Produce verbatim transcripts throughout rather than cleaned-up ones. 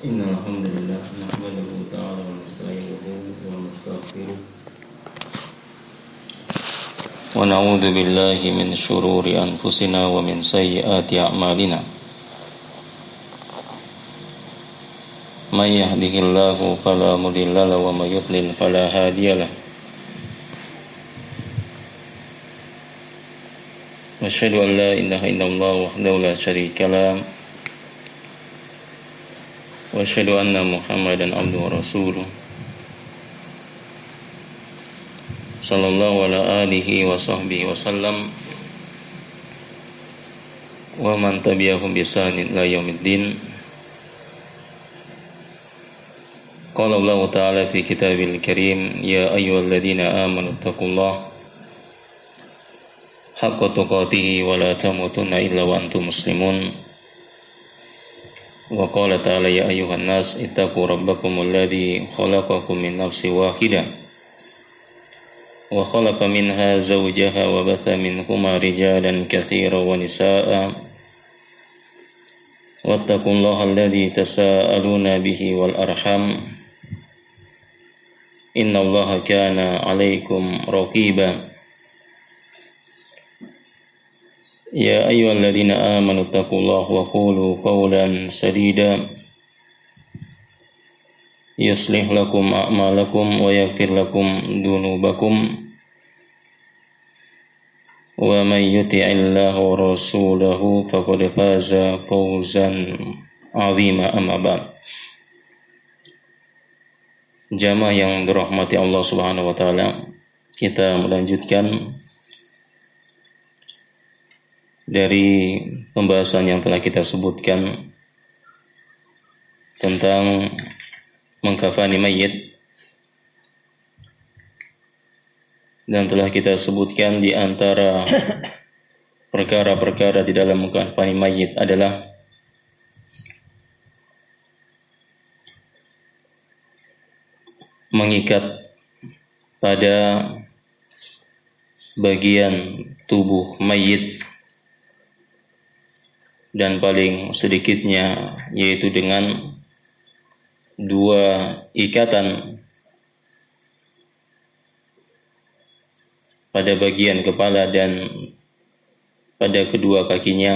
إن الحمد لله نحمده تعالى ونستعينه ونستغفره ونعوذ بالله من شرور أنفسنا ومن سيئات أعمالنا من يهده الله فلا مضل له ومن يضلل فلا هادي له أشهد أن لا إله إلا الله وحده لا شريك له وأشهد أن محمدا عبده ورسوله صلى الله على آله وصحبه وسلم ومن تبعهم بإحسان إلى يوم الدين. قال الله تعالى في كتابه الكريم يا أيها الذين آمنوا اتقوا الله حق تقاته ولا تموتن إلا وأنتم مسلمون. وقال تعالى يا أيها الناس اتقوا ربكم الذي خلقكم من نفس واحدة وخلق منها زوجها وبث منهما رجالا كثيرا ونساء واتقوا الله الذي تساءلون به والأرحام إن الله كان عليكم رقيبا. يا أيها الذين آمنوا اتقوا الله وقولوا قولا سديدا يصلح لكم أعمالكم ويغفر لكم ذنوبكم ومن يطع الله ورسوله فقد فاز فوزا عظيما. أما بعد. Jamaah yang dirahmati Allah Subhanahu wa taala, kita melanjutkan dari pembahasan yang telah kita sebutkan tentang mengkafani mayit, dan telah kita sebutkan di antara perkara-perkara di dalam mengkafani mayit adalah mengikat pada bagian tubuh mayit, dan paling sedikitnya yaitu dengan dua ikatan pada bagian kepala dan pada kedua kakinya.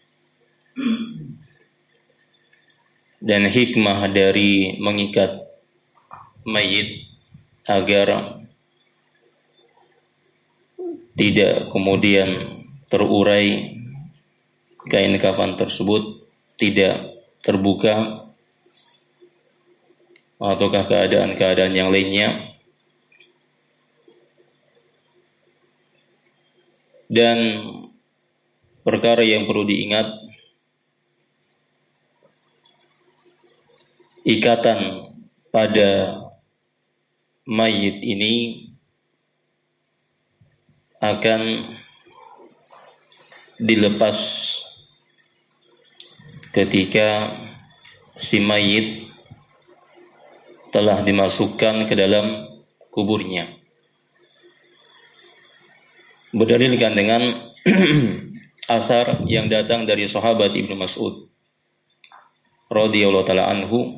Dan hikmah dari mengikat mayit agar tidak kemudian terurai kain kafan tersebut, tidak terbuka, ataukah keadaan-keadaan yang lainnya. Dan perkara yang perlu diingat, ikatan pada mayit ini akan dilepas ketika si mayit telah dimasukkan ke dalam kuburnya. Berdalilkan dengan athar yang datang dari sahabat Ibnu Mas'ud radhiyallahu taala anhu.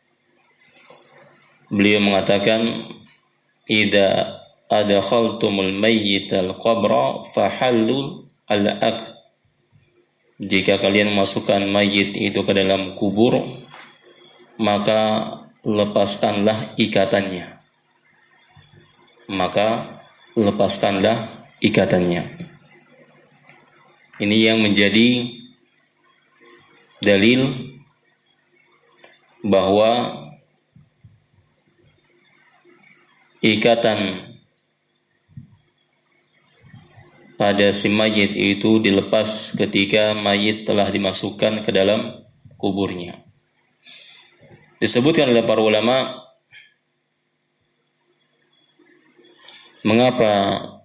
Beliau mengatakan, "Idza adkhaltumul mayyital qabra fahallu al-aqd." Jika kalian memasukkan mayit itu ke dalam kubur, maka lepaskanlah ikatannya. Maka lepaskanlah ikatannya. Ini yang menjadi dalil bahwa ikatan pada si mayit itu dilepas ketika mayit telah dimasukkan ke dalam kuburnya. Disebutkan oleh para ulama, mengapa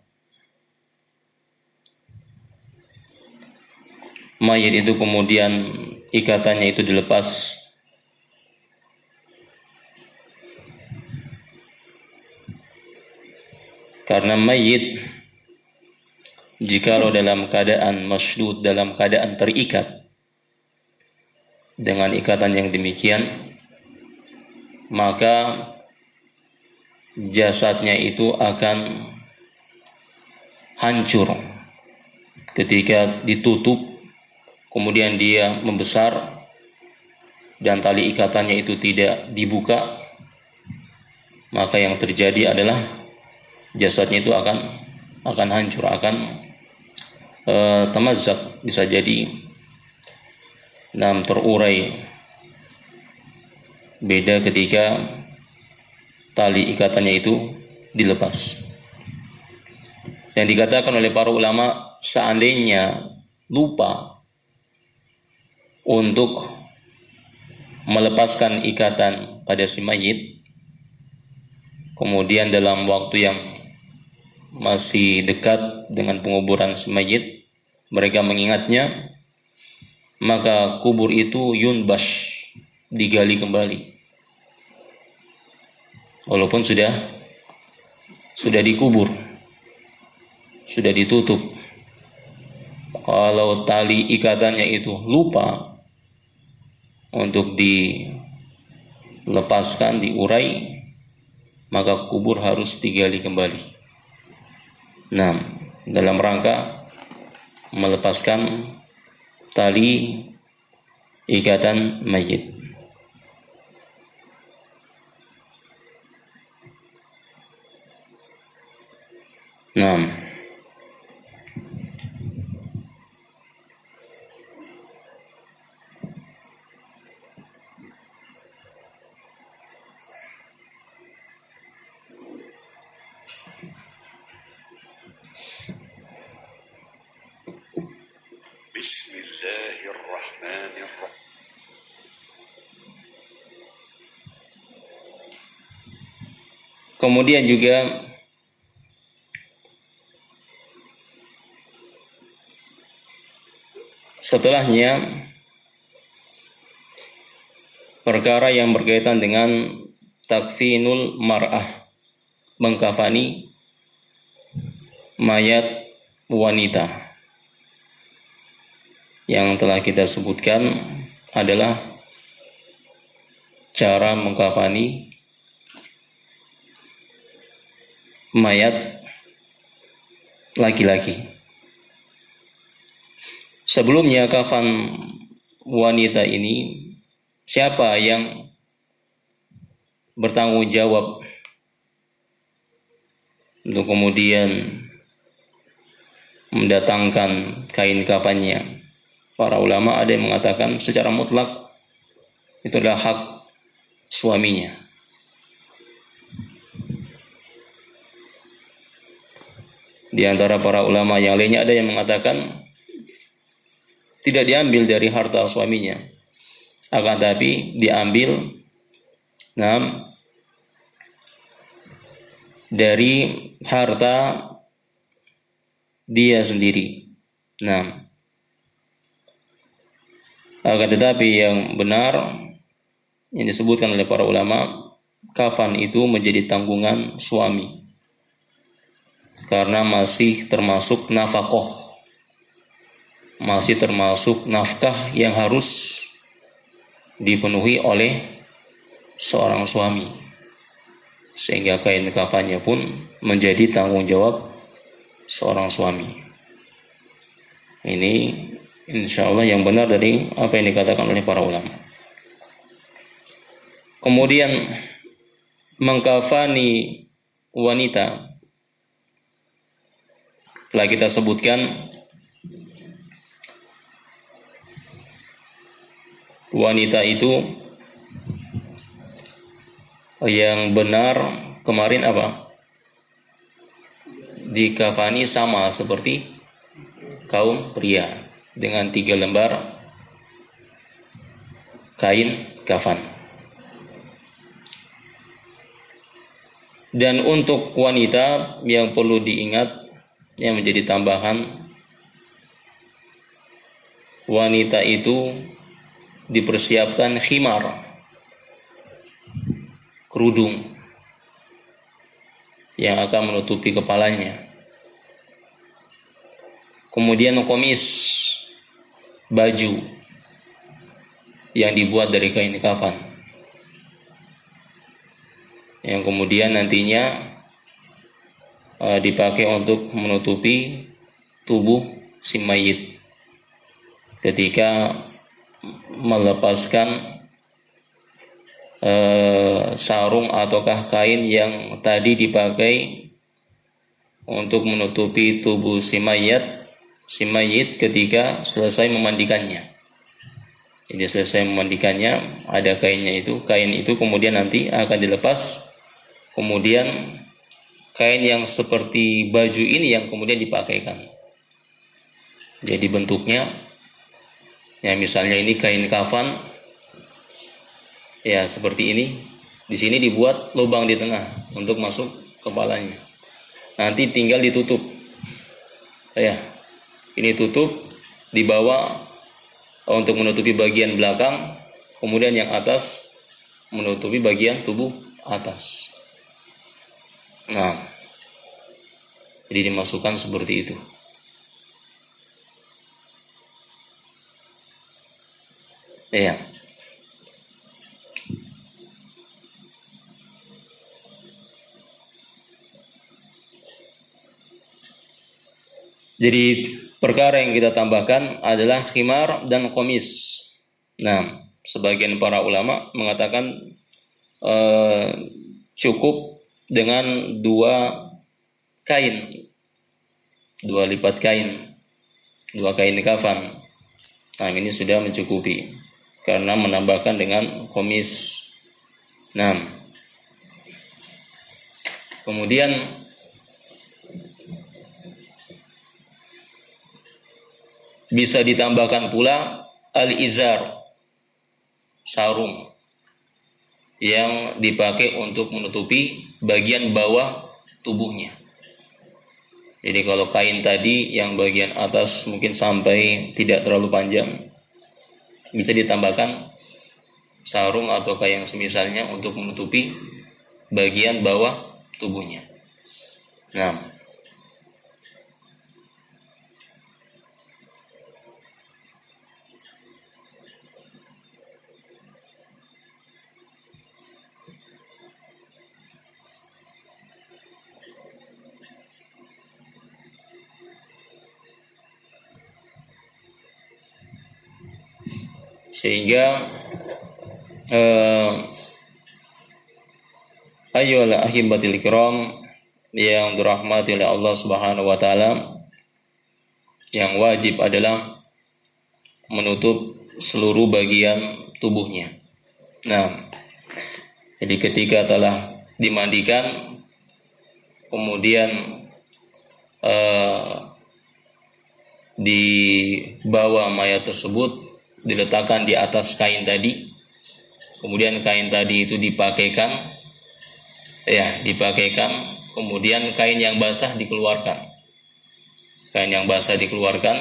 mayit itu kemudian ikatannya itu dilepas. Karena mayit jikalau dalam keadaan masydud, dalam keadaan terikat dengan ikatan yang demikian, maka jasadnya itu akan hancur ketika ditutup, kemudian dia membesar dan tali ikatannya itu tidak dibuka, maka yang terjadi adalah jasadnya itu akan akan hancur, akan e, tamazzaq, bisa jadi nam terurai. Beda ketika tali ikatannya itu dilepas. Dan dikatakan oleh para ulama, seandainya lupa untuk melepaskan ikatan pada si mayit, kemudian dalam waktu yang masih dekat dengan penguburan si mayit mereka mengingatnya, maka kubur itu yunbash, digali kembali, walaupun sudah sudah dikubur, sudah ditutup. Kalau tali ikatannya itu lupa untuk dilepaskan, diurai, maka kubur harus digali kembali. Nah, dalam rangka melepaskan tali ikatan mayit. Nah, Bismillahirrahmanirrahim. kemudian juga setelahnya perkara yang berkaitan dengan takfinul mar'ah, mengkafani mayat wanita. Yang telah kita sebutkan adalah cara mengkafani mayat laki-laki. Sebelumnya kafan wanita ini, siapa yang bertanggung jawab untuk kemudian mendatangkan kain kafannya? Para ulama ada yang mengatakan secara mutlak itu adalah hak suaminya. Di antara para ulama yang lainnya ada yang mengatakan tidak diambil dari harta suaminya, akan tapi diambil nah, dari harta dia sendiri. Nah, akan tetapi yang benar yang disebutkan oleh para ulama, kafan itu menjadi tanggungan suami karena masih termasuk nafkah, masih termasuk nafkah yang harus dipenuhi oleh seorang suami, sehingga kain kafannya pun menjadi tanggung jawab seorang suami. Ini insya Allah yang benar dari apa yang dikatakan oleh para ulama. Kemudian mengkafani wanita telah kita sebutkan, wanita itu yang benar kemarin apa? Dikafani sama seperti kaum pria, dengan tiga lembar kain kafan. Dan untuk wanita yang perlu diingat, yang menjadi tambahan, wanita itu dipersiapkan khimar, kerudung yang akan menutupi kepalanya. Kemudian komis, baju yang dibuat dari kain kafan. yang kemudian nantinya uh, dipakai untuk menutupi tubuh si mayit ketika melepaskan uh, sarung ataukah kain yang tadi dipakai untuk menutupi tubuh si mayat si mayit ketika selesai memandikannya. Jadi selesai memandikannya, ada kainnya itu, kain itu kemudian nanti akan dilepas, kemudian kain yang seperti baju ini yang kemudian dipakaikan. Jadi bentuknya, ya misalnya ini kain kafan, ya seperti ini. Di sini dibuat lubang di tengah untuk masuk kepalanya. Nanti tinggal ditutup. Ya. Ini tutup di bawah untuk menutupi bagian belakang, kemudian yang atas menutupi bagian tubuh atas. Nah, jadi dimasukkan seperti itu. Ya. Jadi perkara yang kita tambahkan adalah khimar dan komis. Nah, sebagian para ulama mengatakan eh, cukup dengan dua kain, dua lipat kain, dua kain kafan. Nah, ini sudah mencukupi karena menambahkan dengan komis. Nah, kemudian bisa ditambahkan pula al-izar, sarung yang dipakai untuk menutupi bagian bawah tubuhnya. Jadi kalau kain tadi yang bagian atas mungkin sampai tidak terlalu panjang, bisa ditambahkan sarung atau kain yang semisalnya untuk menutupi bagian bawah tubuhnya. Nah, sehingga eh, ayyuhal ahibbatil kiram yang dirahmati oleh Allah Subhanahu wa taala, yang wajib adalah menutup seluruh bagian tubuhnya. Nah, jadi ketika telah dimandikan, kemudian eh, dibawa mayat tersebut diletakkan di atas kain tadi, kemudian kain tadi itu dipakaikan, ya dipakaikan, kemudian kain yang basah dikeluarkan, kain yang basah dikeluarkan.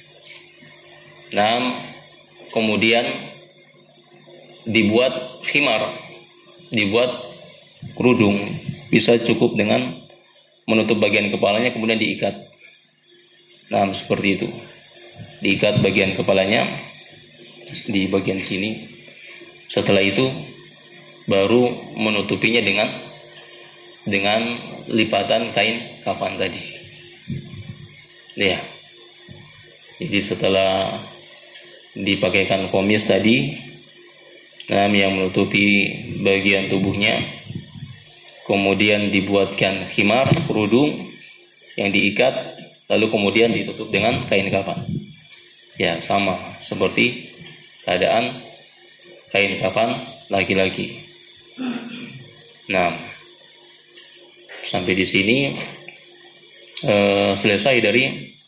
Nah, kemudian dibuat khimar, dibuat kerudung, bisa cukup dengan menutup bagian kepalanya kemudian diikat. Nah, seperti itu, diikat bagian kepalanya di bagian sini. Setelah itu baru menutupinya dengan dengan lipatan kain kafan tadi. Ya. Jadi setelah dipakaikan komis tadi, nah, yang menutupi bagian tubuhnya, kemudian dibuatkan khimar, kerudung yang diikat, lalu kemudian ditutup dengan kain kafan. Ya, sama seperti keadaan kain kafan laki-laki. Nah, sampai di sini eh, selesai dari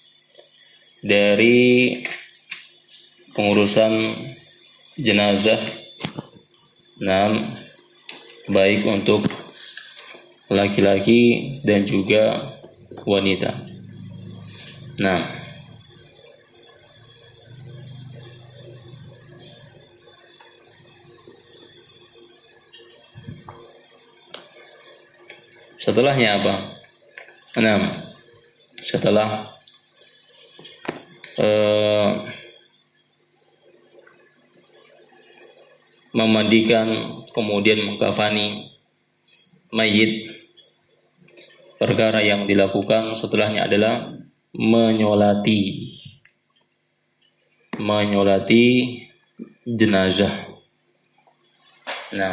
dari pengurusan jenazah. Nah, baik untuk laki-laki dan juga wanita. Nah, setelahnya apa? Nah, setelah eh, memandikan kemudian mengkafani, mayit, perkara yang dilakukan setelahnya adalah menyolati menyolati jenazah. Nah,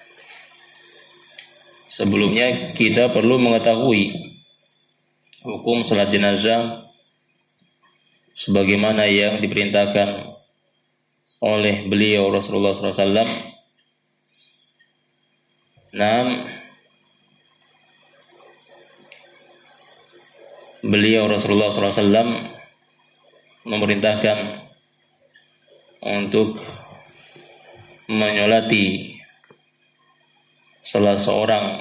sebelumnya kita perlu mengetahui hukum salat jenazah sebagaimana yang diperintahkan oleh beliau Rasulullah shallallahu alaihi wasallam. Nah, beliau Rasulullah shallallahu alaihi wasallam memerintahkan untuk menyolati salah seorang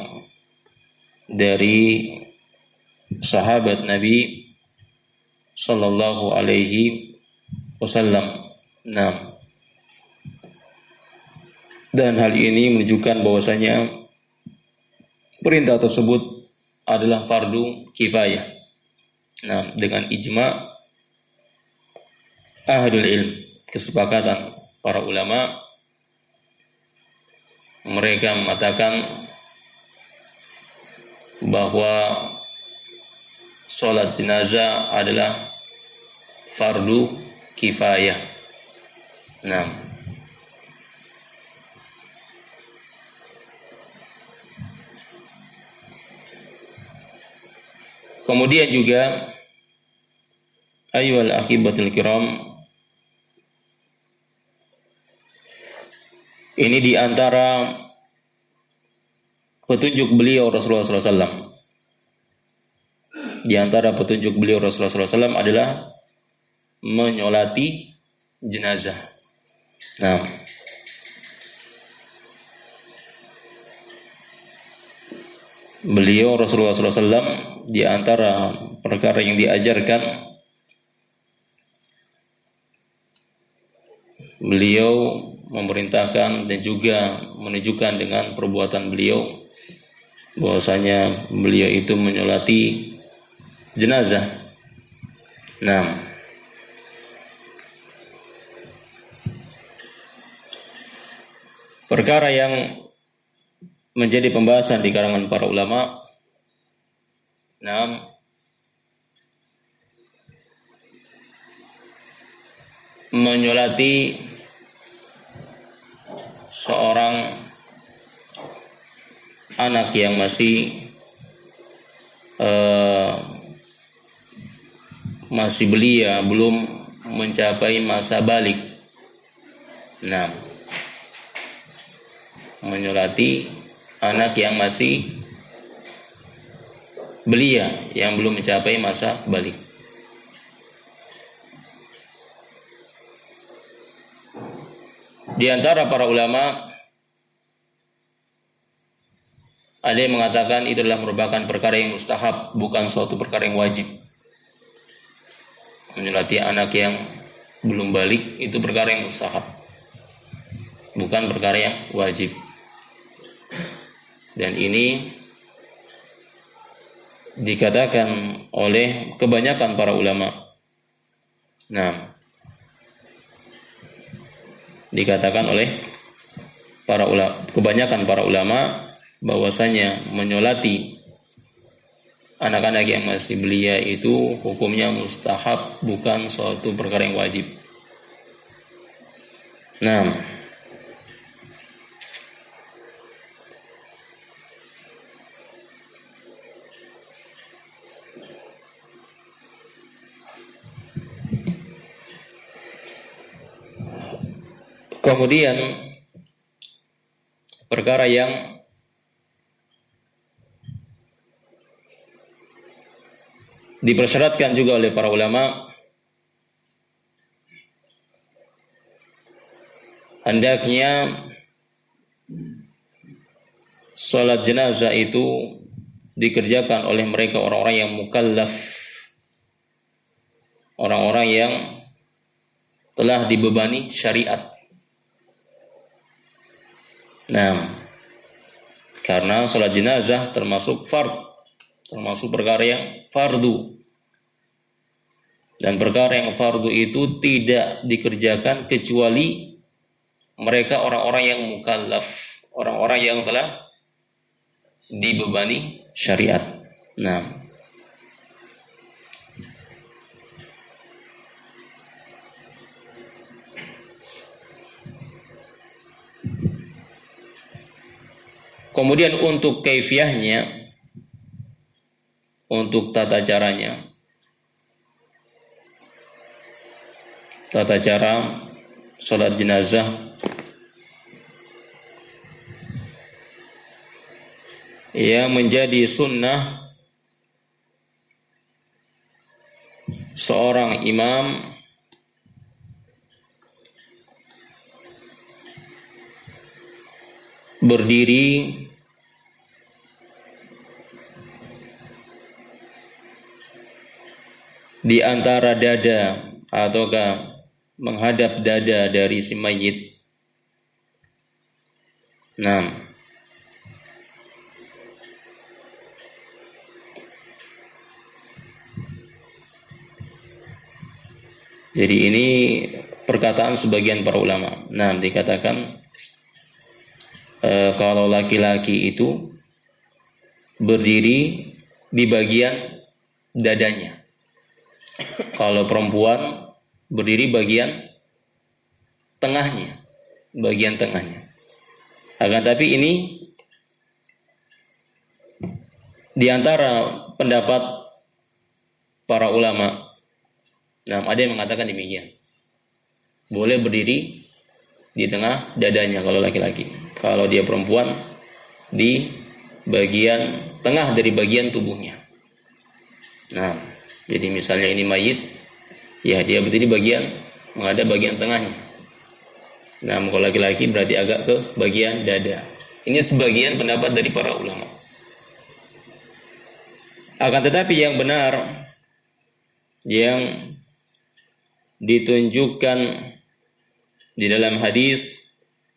dari sahabat Nabi sallallahu alaihi wasallam. Nah, dan hal ini menunjukkan bahwasanya perintah tersebut adalah fardu kifayah. Nah, dengan ijma ahlul ilm, kesepakatan para ulama, mereka mengatakan bahwa sholat jenazah adalah fardu kifayah. Nah, kemudian juga ayyuhal akhibatul kiram, ini diantara petunjuk beliau Rasulullah shallallahu alaihi wasallam. Di antara petunjuk beliau Rasulullah shallallahu alaihi wasallam adalah menyolati jenazah. Nah, beliau Rasulullah shallallahu alaihi wasallam di antara perkara yang diajarkan, beliau memerintahkan dan juga menunjukkan dengan perbuatan beliau bahwasanya beliau itu menyolati jenazah. Nah, perkara yang menjadi pembahasan di kalangan para ulama, nah, menyolati seorang anak yang masih uh, masih belia, belum mencapai masa balik. Nah, menyolati anak yang masih belia, yang belum mencapai masa balik. Di antara para ulama ada yang mengatakan itu adalah merupakan perkara yang mustahab, bukan suatu perkara yang wajib. Menyolati anak yang belum balik itu perkara yang mustahab, bukan perkara yang wajib. Dan ini dikatakan oleh kebanyakan para ulama. Nah, dikatakan oleh para ulama, kebanyakan para ulama, bahwasanya menyolati anak-anak yang masih belia itu hukumnya mustahab, bukan suatu perkara yang wajib. Nah, kemudian perkara yang dipersyaratkan juga oleh para ulama, hendaknya sholat jenazah itu dikerjakan oleh mereka orang-orang yang mukallaf, orang-orang yang telah dibebani syariat. Nah, karena sholat jenazah termasuk fard, termasuk perkara yang fardu. Dan perkara yang fardu itu tidak dikerjakan kecuali mereka orang-orang yang mukallaf, orang-orang yang telah dibebani syariat. Nah, kemudian untuk kaifiahnya, untuk tata caranya, tata cara sholat jenazah yang menjadi sunnah seorang imam berdiri di antara dada ataukah menghadap dada dari si mayit. Nah, jadi ini perkataan sebagian para ulama. Nah, dikatakan e, kalau laki-laki itu berdiri di bagian dadanya, kalau perempuan berdiri bagian tengahnya, bagian tengahnya. Akan tapi ini di antara pendapat para ulama. Nah, ada yang mengatakan demikian. Boleh berdiri di tengah dadanya kalau laki-laki. Kalau dia perempuan di bagian tengah dari bagian tubuhnya. Nah, jadi misalnya ini mayit, ya dia berdiri bagian menghadap bagian tengahnya. Nah, kalau laki-laki berarti agak ke bagian dada. Ini sebagian pendapat dari para ulama. Akan tetapi yang benar, yang ditunjukkan di dalam hadis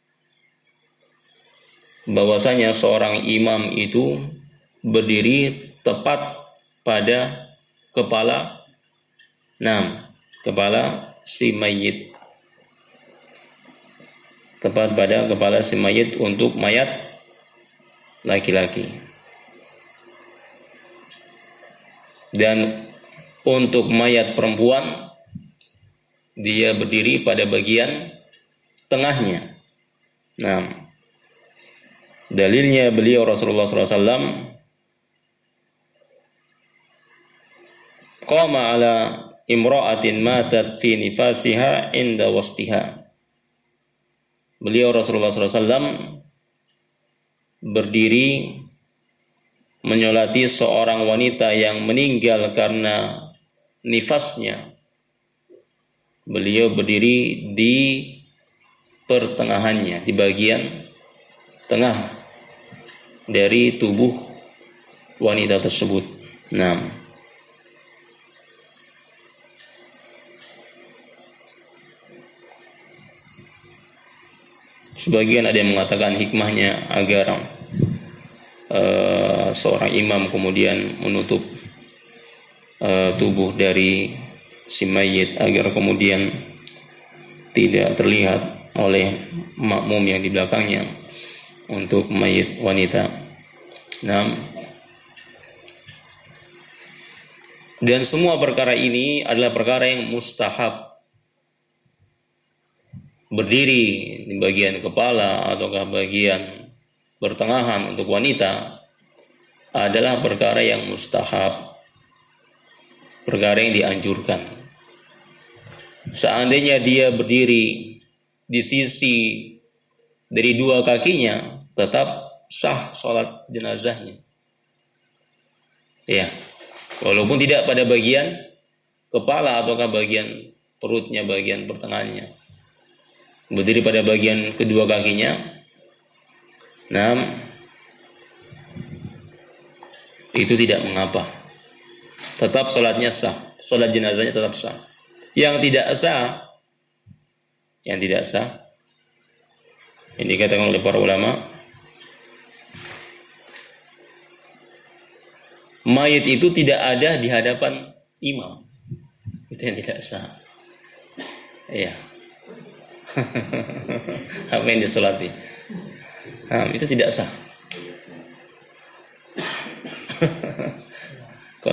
bahwasanya seorang imam itu berdiri tepat pada kepala, nah, kepala si mayit, tepat pada kepala si mayit untuk mayat laki-laki. Dan untuk mayat perempuan dia berdiri pada bagian tengahnya. Nah, dalilnya beliau Rasulullah sallallahu alaihi wasallam qama ala imra'atin matat fi nifasiha inda wastiha. Beliau Rasulullah sallallahu alaihi wasallam berdiri menyolati seorang wanita yang meninggal karena nifasnya. Beliau berdiri di pertengahannya, di bagian tengah dari tubuh wanita tersebut. Nah, sebagian ada yang mengatakan hikmahnya agar uh, seorang imam kemudian menutup uh, tubuh dari si mayit agar kemudian tidak terlihat oleh makmum yang di belakangnya untuk mayit wanita. Nah, dan semua perkara ini adalah perkara yang mustahab. Berdiri di bagian kepala ataukah bagian pertengahan untuk wanita adalah perkara yang mustahab, perkara yang dianjurkan. Seandainya dia berdiri di sisi dari dua kakinya, tetap sah sholat jenazahnya. Ya, walaupun tidak pada bagian kepala ataukah bagian perutnya, bagian pertengahannya. Berdiri pada bagian kedua kakinya, nah, itu tidak mengapa. Tetap sholatnya sah, sholat jenazahnya tetap sah. Yang tidak sah, yang tidak sah, yang dikatakan oleh para ulama, mayit itu tidak ada di hadapan imam. Itu yang tidak sah. Iya. Apa yang disolati? Nah, itu tidak sah.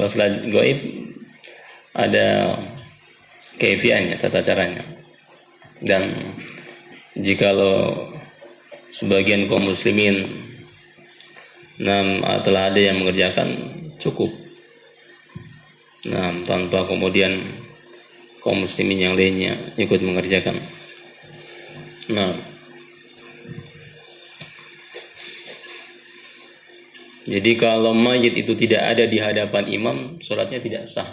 Kalau salat gaib ada kaifiahnya, tata caranya. Dan jikalau sebagian kaum muslimin nah, telah ada yang mengerjakan, cukup. Nah, tanpa kemudian kaum muslimin yang lainnya ikut mengerjakan. Nah, jadi kalau mayit itu tidak ada di hadapan imam, sholatnya tidak sah.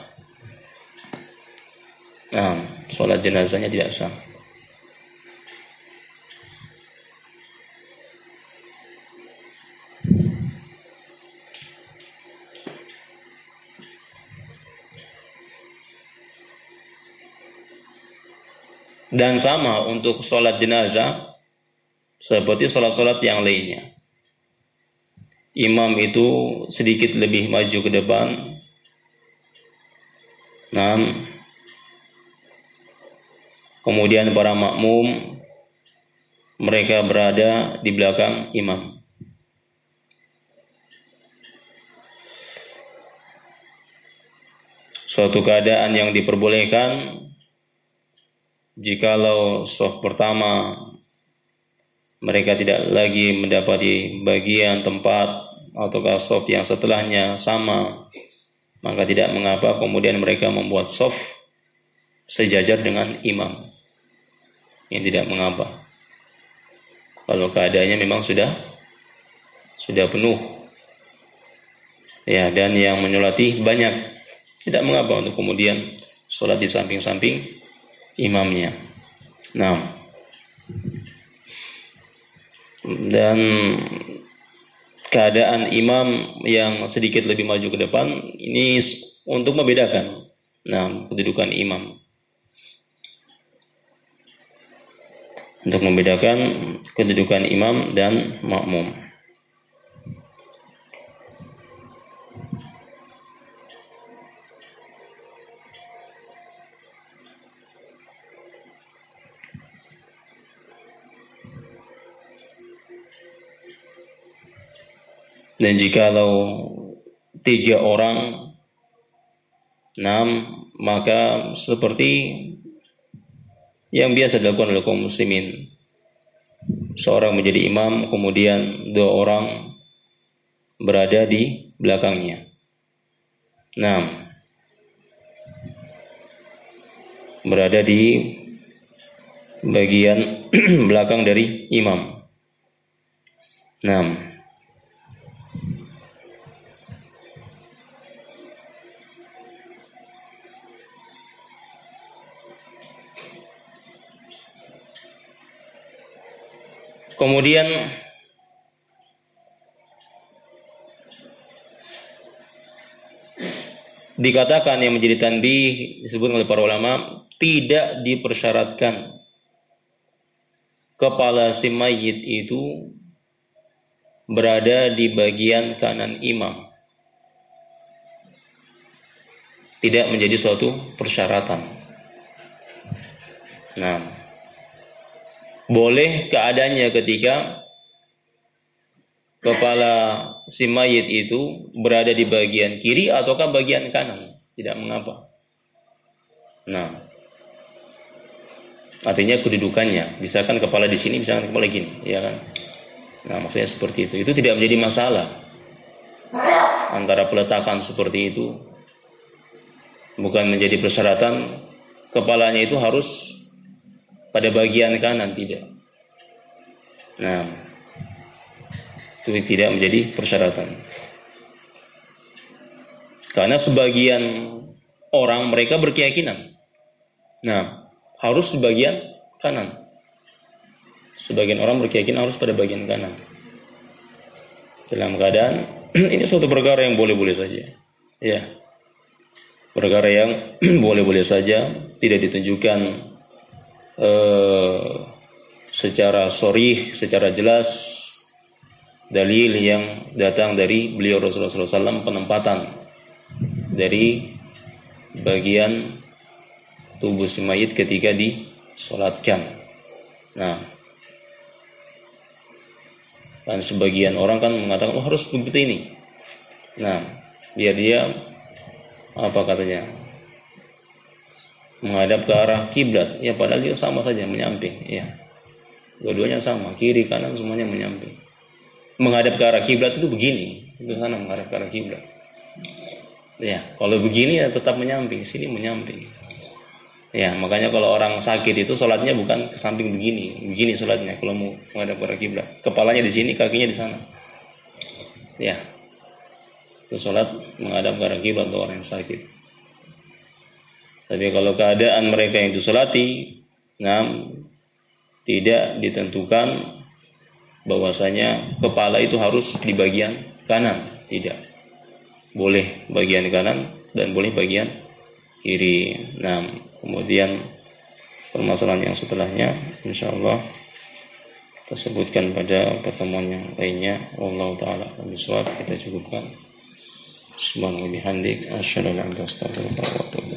Nah, sholat jenazahnya tidak sah. Dan sama untuk sholat jenazah seperti sholat-sholat yang lainnya. Imam itu sedikit lebih maju ke depan. Nah, kemudian para makmum mereka berada di belakang imam. Suatu keadaan yang diperbolehkan jikalau shaf pertama mereka tidak lagi mendapati bagian tempat ataukah shaf yang setelahnya sama, maka tidak mengapa kemudian mereka membuat shaf sejajar dengan imam. Yang tidak mengapa. Kalau keadaannya memang sudah sudah penuh. Ya, dan yang menyolati banyak, tidak mengapa untuk kemudian sholat di samping-samping imamnya. Nah, dan keadaan imam yang sedikit lebih maju ke depan ini untuk membedakan nah kedudukan imam, untuk membedakan kedudukan imam dan makmum. Dan jikalau tiga orang, enam, maka seperti yang biasa dilakukan oleh kaum muslimin, seorang menjadi imam, kemudian dua orang berada di belakangnya. Enam, berada di bagian belakang dari imam. Enam. Kemudian dikatakan yang menjadi tanbih disebut oleh para ulama, tidak dipersyaratkan kepala si mayit itu berada di bagian kanan imam. Tidak menjadi suatu persyaratan. Nah, boleh keadaannya ketika kepala si mayit itu berada di bagian kiri ataukah bagian kanan, tidak mengapa. Nah, artinya kedudukannya, misalkan kepala di sini, misalkan kepala gini, ya kan? Nah, maksudnya seperti itu. Itu tidak menjadi masalah. Antara peletakan seperti itu bukan menjadi persyaratan kepalanya itu harus pada bagian kanan, tidak. Nah, itu tidak menjadi persyaratan. Karena sebagian orang mereka berkeyakinan, nah, harus di bagian kanan. Sebagian orang berkeyakinan harus pada bagian kanan. Dalam keadaan ini suatu perkara yang boleh-boleh saja. Ya. Perkara yang boleh-boleh saja, tidak ditunjukkan Uh, secara sharih, secara jelas dalil yang datang dari beliau Rasulullah shallallahu alaihi wasallam penempatan dari bagian tubuh si mayit ketika disolatkan. Nah, dan sebagian orang kan mengatakan oh harus begitu ini. Nah, biar dia apa katanya, menghadap ke arah kiblat, ya padahal dia sama saja menyamping, ya dua-duanya sama, kiri kanan semuanya menyamping. Menghadap ke arah kiblat itu begini, itu sana menghadap ke arah kiblat. Ya, kalau begini ya tetap menyamping, sini menyamping. Ya, makanya kalau orang sakit itu sholatnya bukan ke samping begini, begini sholatnya kalau mau menghadap ke arah kiblat. Kepalanya di sini, kakinya di sana. Ya, itu sholat menghadap ke arah kiblat untuk orang yang sakit. Tapi kalau keadaan mereka yang disolati, nah, tidak ditentukan bahwasanya kepala itu harus di bagian kanan, tidak. Boleh bagian kanan dan boleh bagian kiri. Nah, kemudian permasalahan yang setelahnya insyaallah kita sebutkan pada pertemuan yang lainnya. Wallahu taala bishawab. Kita cukupkan. Subhanallah bihamdik asyhadu an la ilaha illa anta astaghfiruka wa atubu